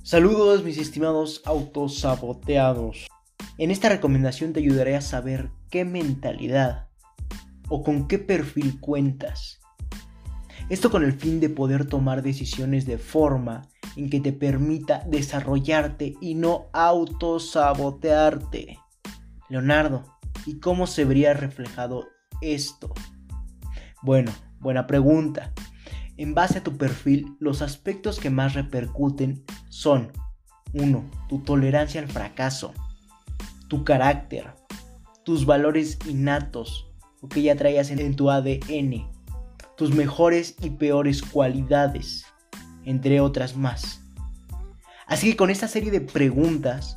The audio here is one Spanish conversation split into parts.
Saludos mis estimados autosaboteados. En esta recomendación te ayudaré a saber qué mentalidad o con qué perfil cuentas. Esto con el fin de poder tomar decisiones de forma en que te permita desarrollarte y no autosabotearte. Leonardo, ¿y cómo se vería reflejado esto? Bueno, buena pregunta. En base a tu perfil, los aspectos que más repercuten son 1. Tu tolerancia al fracaso, tu carácter, tus valores innatos o que ya traías en tu ADN, tus mejores y peores cualidades, entre otras más. Así que con esta serie de preguntas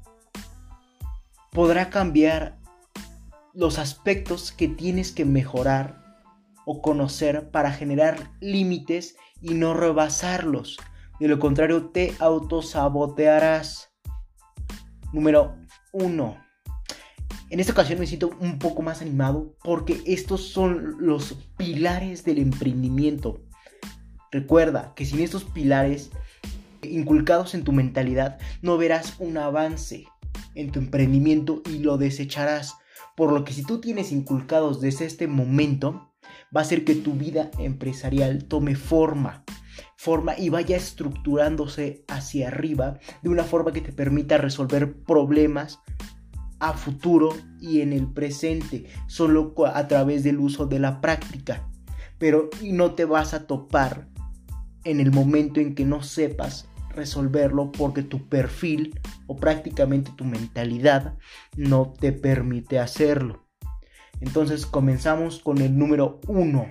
podrá cambiar los aspectos que tienes que mejorar o conocer para generar límites y no rebasarlos. De lo contrario, te autosabotearás. Número 1. En esta ocasión me siento un poco más animado porque estos son los pilares del emprendimiento. Recuerda que sin estos pilares inculcados en tu mentalidad no verás un avance en tu emprendimiento y lo desecharás. Por lo que si tú tienes inculcados desde este momento, va a hacer que tu vida empresarial tome forma y vaya estructurándose hacia arriba de una forma que te permita resolver problemas a futuro y en el presente, solo a través del uso de la práctica. Pero no te vas a topar en el momento en que no sepas resolverlo porque tu perfil o prácticamente tu mentalidad no te permite hacerlo. Entonces comenzamos con el número 1.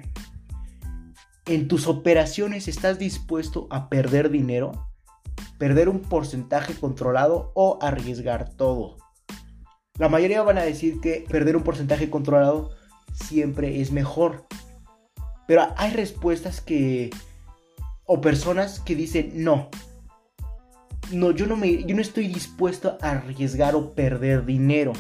¿En tus operaciones estás dispuesto a perder dinero? ¿Perder un porcentaje controlado o arriesgar todo? La mayoría van a decir que perder un porcentaje controlado siempre es mejor. Pero hay respuestas o personas que dicen no, yo no estoy dispuesto a arriesgar o perder dinero.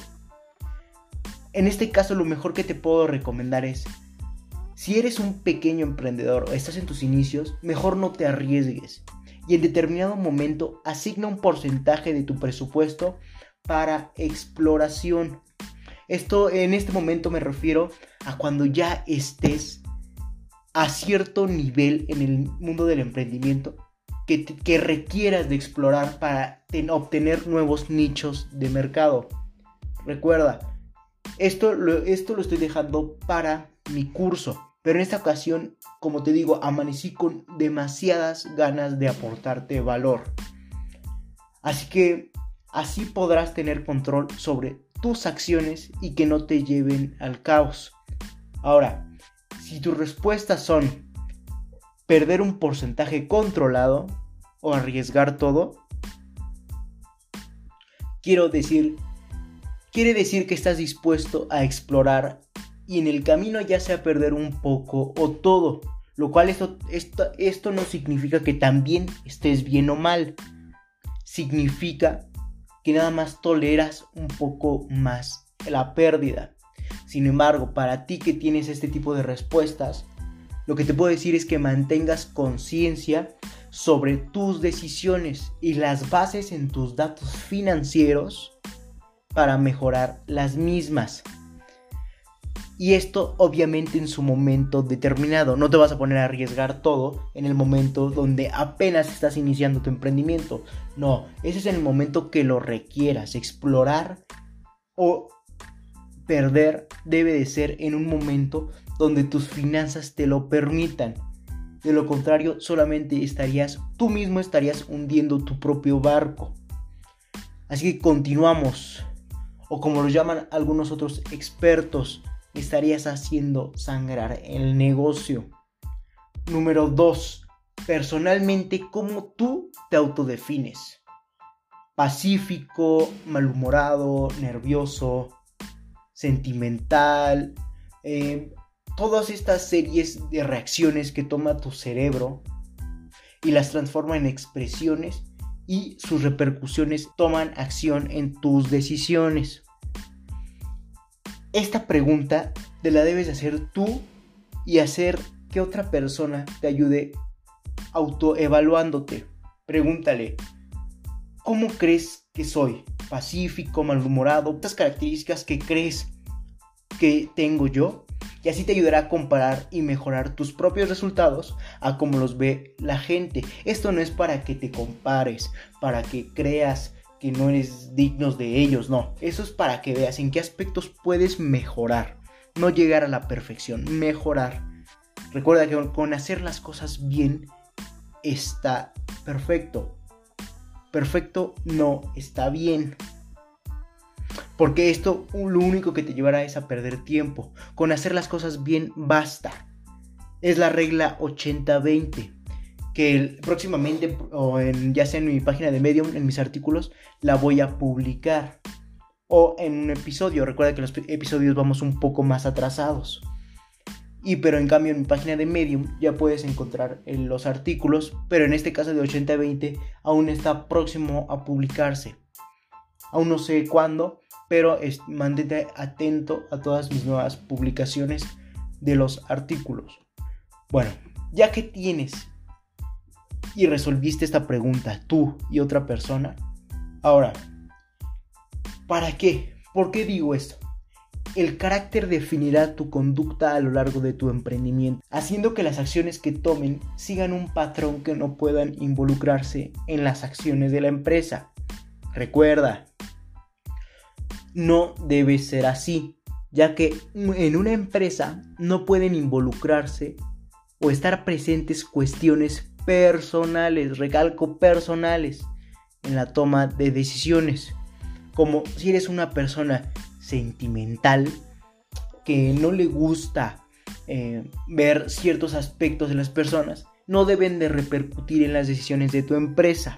En este caso, lo mejor que te puedo recomendar es, si eres un pequeño emprendedor o estás en tus inicios, mejor no te arriesgues. Y en determinado momento, asigna un porcentaje de tu presupuesto para exploración. Esto en este momento me refiero a cuando ya estés a cierto nivel en el mundo del emprendimiento que requieras de explorar para obtener nuevos nichos de mercado. Recuerda, esto lo estoy dejando para mi curso, pero en esta ocasión, como te digo, amanecí con demasiadas ganas de aportarte valor. Así que así podrás tener control sobre tus acciones y que no te lleven al caos. Ahora, si tus respuestas son perder un porcentaje controlado o arriesgar todo, quiere decir que estás dispuesto a explorar y en el camino ya sea perder un poco o todo, lo cual esto no significa que también estés bien o mal, significa que nada más toleras un poco más la pérdida. Sin embargo, para ti que tienes este tipo de respuestas, lo que te puedo decir es que mantengas conciencia sobre tus decisiones y las bases en tus datos financieros para mejorar las mismas. Y esto obviamente en su momento determinado. No te vas a poner a arriesgar todo en el momento donde apenas estás iniciando tu emprendimiento. No, ese es en el momento que lo requieras. Explorar o perder debe de ser en un momento donde tus finanzas te lo permitan. De lo contrario, solamente tú mismo estarías hundiendo tu propio barco. Así que continuamos. O como lo llaman algunos otros expertos, estarías haciendo sangrar el negocio. Número 2. Personalmente, ¿cómo tú te autodefines? Pacífico, malhumorado, nervioso, sentimental, todas estas series de reacciones que toma tu cerebro y las transforma en expresiones y sus repercusiones toman acción en tus decisiones. Esta pregunta te la debes hacer tú y hacer que otra persona te ayude autoevaluándote. Pregúntale, ¿Cómo crees que soy? ¿Pacífico, malhumorado? ¿Estas características que crees que tengo yo? Y así te ayudará a comparar y mejorar tus propios resultados a cómo los ve la gente. Esto no es para que te compares, para que creas que no eres digno de ellos, no. Eso es para que veas en qué aspectos puedes mejorar. No llegar a la perfección, mejorar. Recuerda que con hacer las cosas bien está perfecto. Perfecto no está bien. Porque esto lo único que te llevará es a perder tiempo. Con hacer las cosas bien basta. Es la regla 80-20. Que próximamente, ya sea en mi página de Medium, en mis artículos, la voy a publicar. O en un episodio. Recuerda que en los episodios vamos un poco más atrasados. Pero en cambio en mi página de Medium ya puedes encontrar los artículos. Pero en este caso de 80-20 aún está próximo a publicarse. Aún no sé cuándo, pero mantente atento a todas mis nuevas publicaciones de los artículos. Bueno, ya que tienes y resolviste esta pregunta, tú y otra persona, ahora, ¿para qué? ¿Por qué digo esto? El carácter definirá tu conducta a lo largo de tu emprendimiento, haciendo que las acciones que tomen sigan un patrón que no puedan involucrarse en las acciones de la empresa. Recuerda, no debe ser así, ya que en una empresa no pueden involucrarse o estar presentes cuestiones personales, recalco personales, en la toma de decisiones. Como si eres una persona sentimental que no le gusta ver ciertos aspectos de las personas, no deben de repercutir en las decisiones de tu empresa.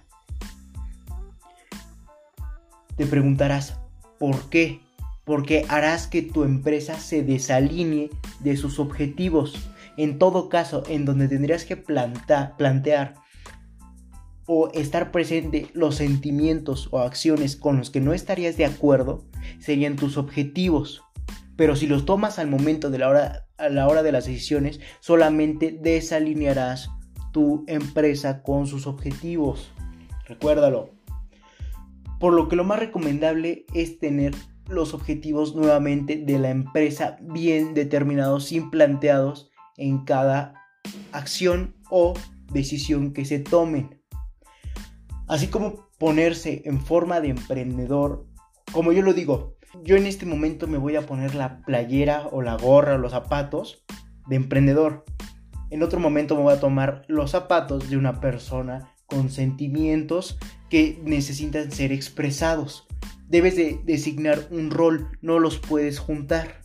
Te preguntarás, ¿por qué? Porque harás que tu empresa se desalinee de sus objetivos. En todo caso, en donde tendrías que plantear o estar presente los sentimientos o acciones con los que no estarías de acuerdo, serían tus objetivos. Pero si los tomas al momento de a la hora de las decisiones, solamente desalinearás tu empresa con sus objetivos. Recuérdalo. Por lo que lo más recomendable es tener los objetivos nuevamente de la empresa bien determinados, bien planteados en cada acción o decisión que se tomen. Así como ponerse en forma de emprendedor, como yo lo digo, yo en este momento me voy a poner la playera o la gorra o los zapatos de emprendedor. En otro momento me voy a tomar los zapatos de una persona con sentimientos que necesitan ser expresados. Debes de designar un rol, no los puedes juntar.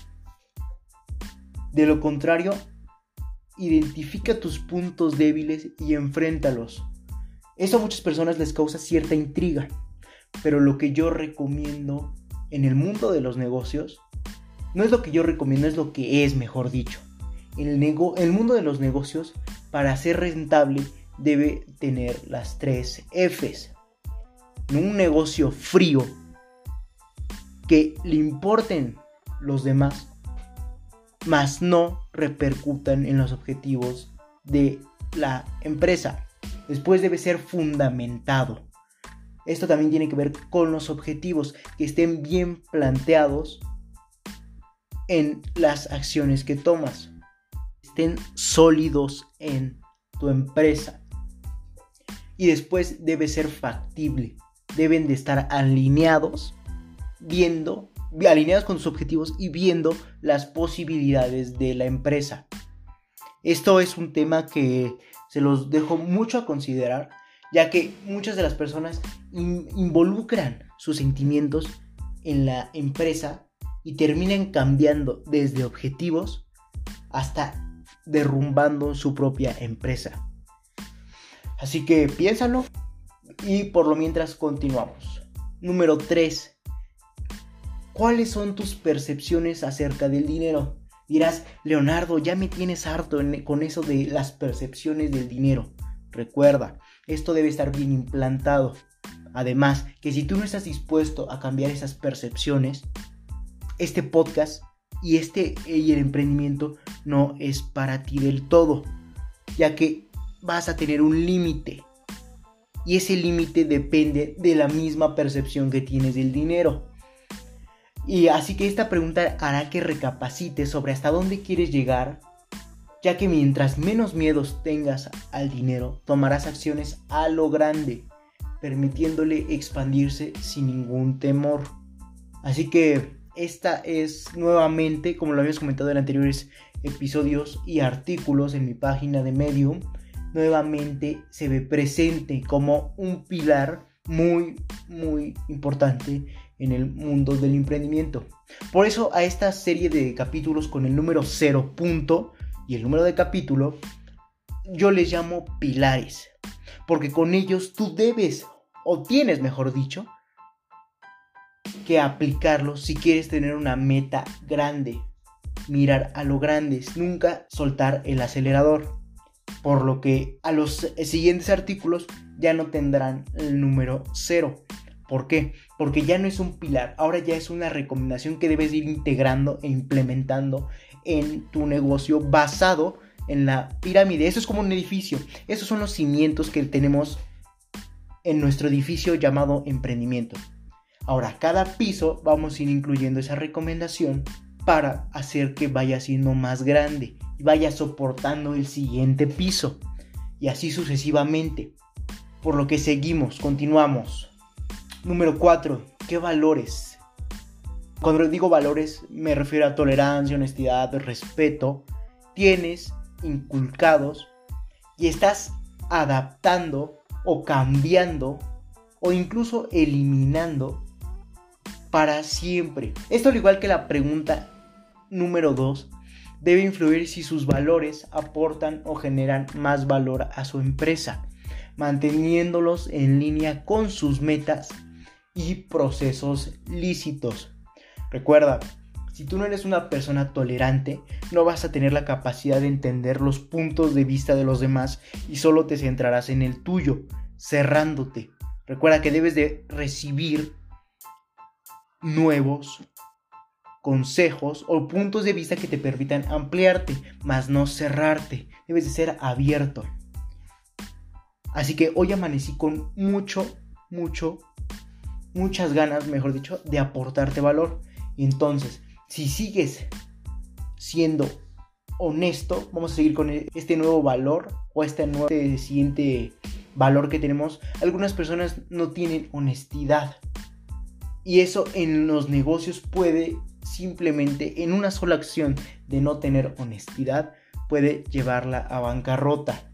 De lo contrario, identifica tus puntos débiles y enfréntalos. Eso a muchas personas les causa cierta intriga, pero lo que yo recomiendo en el mundo de los negocios, no es lo que yo recomiendo, es lo que es, mejor dicho. El mundo de los negocios, para ser rentable, debe tener las 3 Fs. Un negocio frío, que le importen los demás, mas no repercutan en los objetivos de la empresa. Después debe ser fundamentado. Esto también tiene que ver con los objetivos, que estén bien planteados en las acciones que tomas. Estén sólidos en tu empresa. Y después debe ser factible. Deben de estar alineados con tus objetivos y viendo las posibilidades de la empresa. Esto es un tema que se los dejo mucho a considerar, ya que muchas de las personas involucran sus sentimientos en la empresa y terminan cambiando desde objetivos hasta derrumbando su propia empresa. Así que piénsalo y por lo mientras continuamos. Número 3. ¿Cuáles son tus percepciones acerca del dinero? Dirás, Leonardo, ya me tienes harto con eso de las percepciones del dinero. Recuerda, esto debe estar bien implantado. Además, que si tú no estás dispuesto a cambiar esas percepciones, este podcast y el emprendimiento no es para ti del todo, ya que vas a tener un límite. y ese límite depende de la misma percepción que tienes del dinero. Y así que esta pregunta hará que recapacites sobre hasta dónde quieres llegar, ya que mientras menos miedos tengas al dinero, tomarás acciones a lo grande, permitiéndole expandirse sin ningún temor. Así que esta es nuevamente, como lo habíamos comentado en anteriores episodios y artículos en mi página de Medium, nuevamente se ve presente como un pilar muy importante en el mundo del emprendimiento. Por eso a esta serie de capítulos con el número 0 punto y el número de capítulo yo les llamo pilares, porque con ellos tú debes, o tienes mejor dicho, que aplicarlos si quieres tener una meta grande. Mirar a lo grande, nunca soltar el acelerador. Por lo que a los siguientes artículos ya no tendrán el número 0. ¿Por qué? Porque ya no es un pilar, ahora ya es una recomendación que debes ir integrando e implementando en tu negocio basado en la pirámide. Eso es como un edificio. Esos son los cimientos que tenemos en nuestro edificio llamado emprendimiento. Ahora, cada piso vamos a ir incluyendo esa recomendación para hacer que vaya siendo más grande y vaya soportando el siguiente piso, y así sucesivamente. Por lo que continuamos. Número 4. ¿Qué valores? Cuando digo valores me refiero a tolerancia, honestidad, respeto. Tienes inculcados y estás adaptando o cambiando o incluso eliminando para siempre. Esto, al igual que la pregunta número 2, debe influir si sus valores aportan o generan más valor a su empresa, manteniéndolos en línea con sus metas y procesos lícitos. Recuerda, si tú no eres una persona tolerante, no vas a tener la capacidad de entender los puntos de vista de los demás y solo te centrarás en el tuyo, cerrándote. Recuerda que debes de recibir nuevos consejos o puntos de vista que te permitan ampliarte, mas no cerrarte. Debes de ser abierto. Así que hoy amanecí con muchas ganas, mejor dicho, de aportarte valor. Y entonces, si sigues siendo honesto, vamos a seguir con este nuevo valor o este siguiente valor que tenemos. Algunas personas no tienen honestidad, y eso en los negocios puede simplemente, en una sola acción de no tener honestidad, puede llevarla a bancarrota.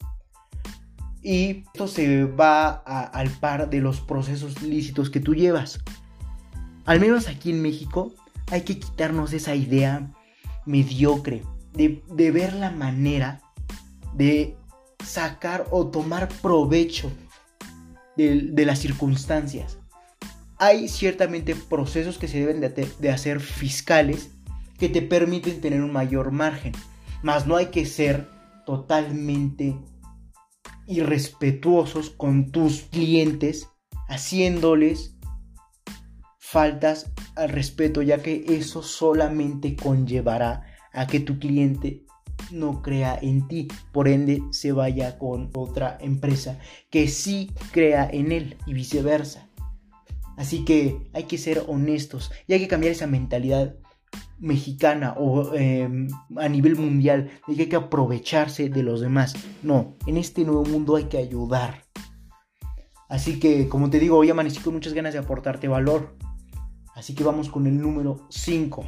Y esto se va al par de los procesos lícitos que tú llevas. Al menos aquí en México hay que quitarnos esa idea mediocre de ver la manera de sacar o tomar provecho de las circunstancias. Hay ciertamente procesos que se deben de hacer fiscales que te permiten tener un mayor margen, mas no hay que ser totalmente irrespetuosos con tus clientes, haciéndoles faltas al respeto, ya que eso solamente conllevará a que tu cliente no crea en ti, por ende se vaya con otra empresa que sí crea en él y viceversa. Así que hay que ser honestos y hay que cambiar esa mentalidad mexicana o a nivel mundial de que hay que aprovecharse de los demás. No, en este nuevo mundo hay que ayudar. Así que, como te digo, hoy amanecí con muchas ganas de aportarte valor. Así que vamos con el número 5.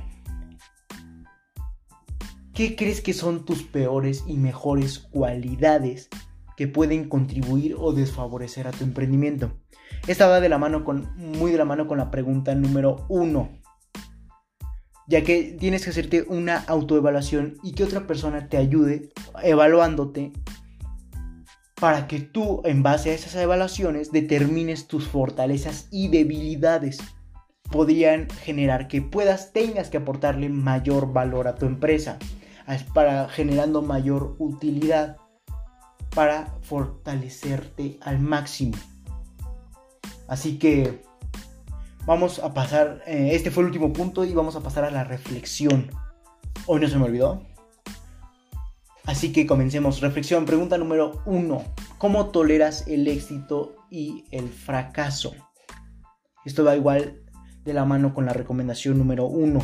¿Qué crees que son tus peores y mejores cualidades que pueden contribuir o desfavorecer a tu emprendimiento? Esta va muy de la mano con la pregunta número 1, ya que tienes que hacerte una autoevaluación y que otra persona te ayude evaluándote para que tú, en base a esas evaluaciones, determines tus fortalezas y debilidades. Podrían generar que tengas que aportarle mayor valor a tu empresa, generando mayor utilidad para fortalecerte al máximo. Así que vamos a pasar, este fue el último punto y vamos a pasar a la reflexión. Hoy no se me olvidó. Así que comencemos. Reflexión, pregunta número 1. ¿Cómo toleras el éxito y el fracaso? Esto va igual de la mano con la recomendación número 1.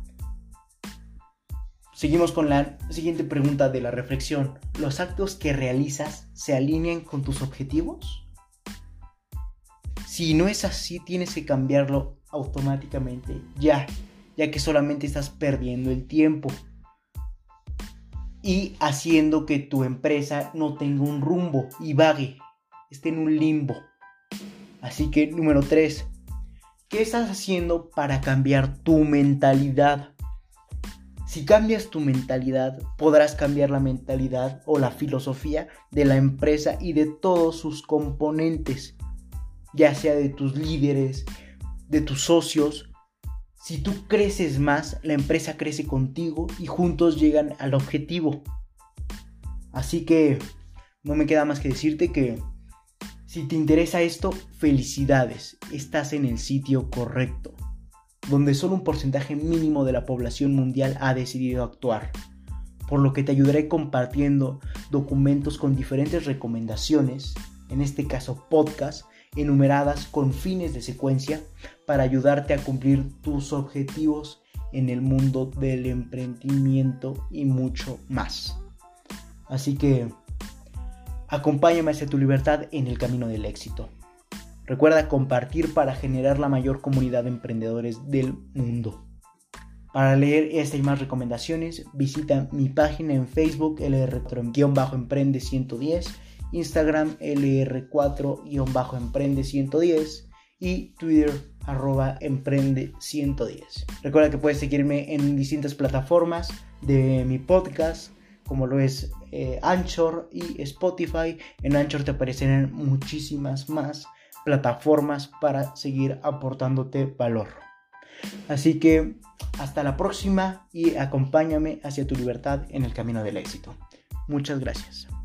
Seguimos con la siguiente pregunta de la reflexión. ¿Los actos que realizas se alinean con tus objetivos? Si no es así, tienes que cambiarlo automáticamente ya que solamente estás perdiendo el tiempo y haciendo que tu empresa no tenga un rumbo y vague, esté en un limbo. Así que número 3, ¿qué estás haciendo para cambiar tu mentalidad? Si cambias tu mentalidad, podrás cambiar la mentalidad o la filosofía de la empresa y de todos sus componentes, ya sea de tus líderes, de tus socios. Si tú creces más, la empresa crece contigo y juntos llegan al objetivo. Así que no me queda más que decirte que si te interesa esto, felicidades, estás en el sitio correcto, donde solo un porcentaje mínimo de la población mundial ha decidido actuar, por lo que te ayudaré compartiendo documentos con diferentes recomendaciones, en este caso podcast, enumeradas con fines de secuencia para ayudarte a cumplir tus objetivos en el mundo del emprendimiento y mucho más. Así que acompáñame hacia tu libertad en el camino del éxito. Recuerda compartir para generar la mayor comunidad de emprendedores del mundo. Para leer esta y más recomendaciones, visita mi página en Facebook LR-Emprende110, Instagram LR4-Emprende110 y Twitter @Emprende110. Recuerda que puedes seguirme en distintas plataformas de mi podcast, como lo es Anchor y Spotify. En Anchor te aparecerán muchísimas más plataformas para seguir aportándote valor. Así que hasta la próxima y acompáñame hacia tu libertad en el camino del éxito. Muchas gracias.